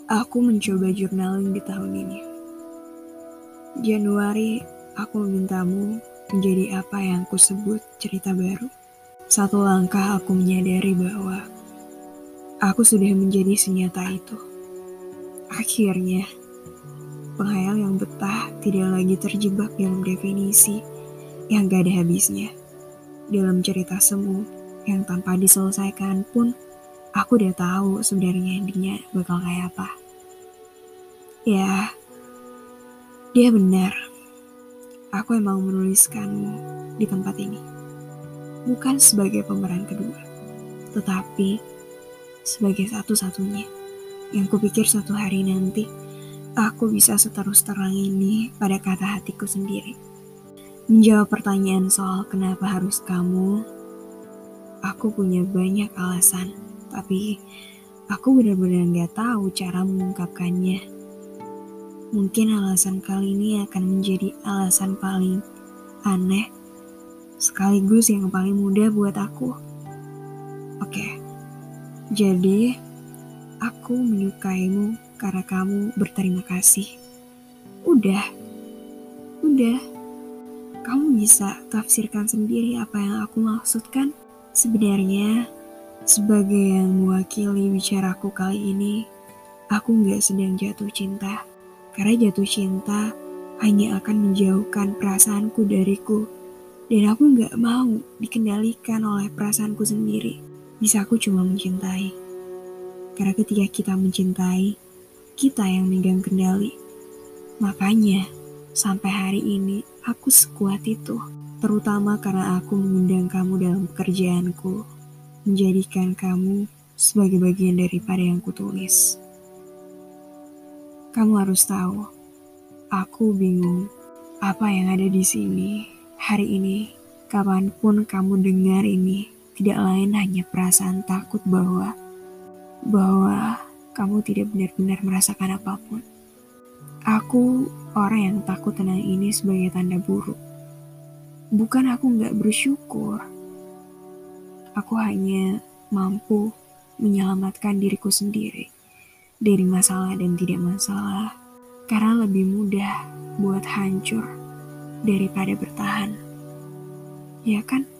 Aku mencoba journaling di tahun ini. Januari, aku memintamu menjadi apa yang kusebut cerita baru. Satu langkah aku menyadari bahwa aku sudah menjadi senjata itu. Akhirnya, penghayal yang betah tidak lagi terjebak dalam definisi yang gak ada habisnya. Dalam cerita semu yang tanpa diselesaikan pun, aku udah tahu sebenarnya endingnya bakal kayak apa. Ya, dia benar. Aku emang menuliskanmu di tempat ini. Bukan sebagai pemeran kedua, tetapi sebagai satu-satunya yang kupikir suatu hari nanti aku bisa seterus terang ini pada kata hatiku sendiri. Menjawab pertanyaan soal kenapa harus kamu, aku punya banyak alasan, tapi aku benar-benar gak tahu cara mengungkapkannya. Mungkin alasan kali ini akan menjadi alasan paling aneh, sekaligus yang paling mudah buat aku. Oke, jadi aku menyukaimu karena kamu berterima kasih. Udah, kamu bisa tafsirkan sendiri apa yang aku maksudkan. Sebenarnya, sebagai yang mewakili bicaraku kali ini, aku gak sedang jatuh cinta. Karena jatuh cinta hanya akan menjauhkan perasaanku dariku. Dan aku gak mau dikendalikan oleh perasaanku sendiri. Bisa aku cuma mencintai. Karena ketika kita mencintai, kita yang megang kendali. Makanya, sampai hari ini aku sekuat itu. Terutama karena aku mengundang kamu dalam pekerjaanku. Menjadikan kamu sebagai bagian daripada yang kutulis. Kamu harus tahu, aku bingung apa yang ada di sini hari ini. Kapanpun kamu dengar ini, tidak lain hanya perasaan takut bahwa kamu tidak benar-benar merasakan apapun. Aku orang yang takut tenang ini sebagai tanda buruk. Bukan aku gak bersyukur. Aku hanya mampu menyelamatkan diriku sendiri dari masalah dan tidak masalah, karena lebih mudah buat hancur daripada bertahan. Ya kan?